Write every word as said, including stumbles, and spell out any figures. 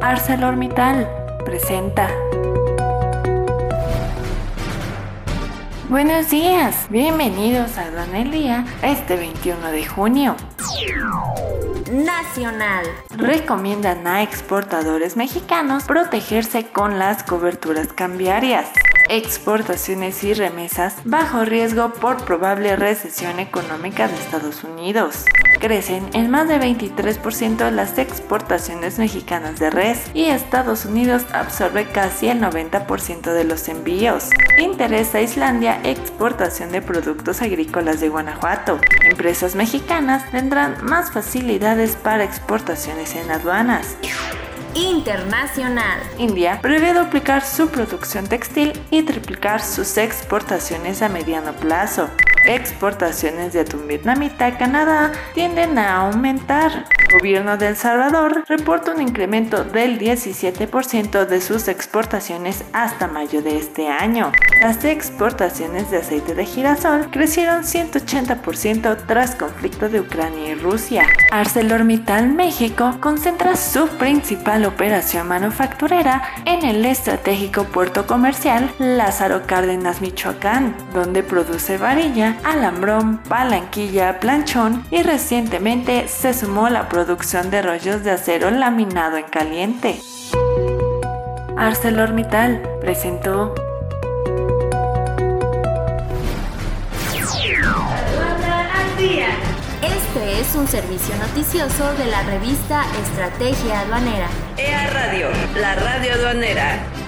ArcelorMittal presenta. Buenos días, bienvenidos a Aduana al Día este veintiuno de junio. Nacional. Recomiendan a exportadores mexicanos protegerse con las coberturas cambiarias. Exportaciones y remesas bajo riesgo por probable recesión económica de Estados Unidos. Crecen en más de veintitrés por ciento las exportaciones mexicanas de res y Estados Unidos absorbe casi el noventa por ciento de los envíos. Interesa Islandia exportación de productos agrícolas de Guanajuato. Empresas mexicanas tendrán más facilidades para exportaciones en aduanas. Internacional. India prevé duplicar su producción textil y triplicar sus exportaciones a mediano plazo. Exportaciones de atún vietnamita a Canadá tienden a aumentar. Gobierno de El Salvador reporta un incremento del diecisiete por ciento de sus exportaciones hasta mayo de este año. Las exportaciones de aceite de girasol crecieron ciento ochenta por ciento tras conflicto de Ucrania y Rusia. ArcelorMittal México concentra su principal operación manufacturera en el estratégico puerto comercial Lázaro Cárdenas, Michoacán, donde produce varilla, alambrón, palanquilla, planchón y recientemente se sumó la producción de rollos de acero laminado en caliente. ArcelorMittal presentó. Este es un servicio noticioso de la revista Estrategia Aduanera. E A Radio, la radio aduanera.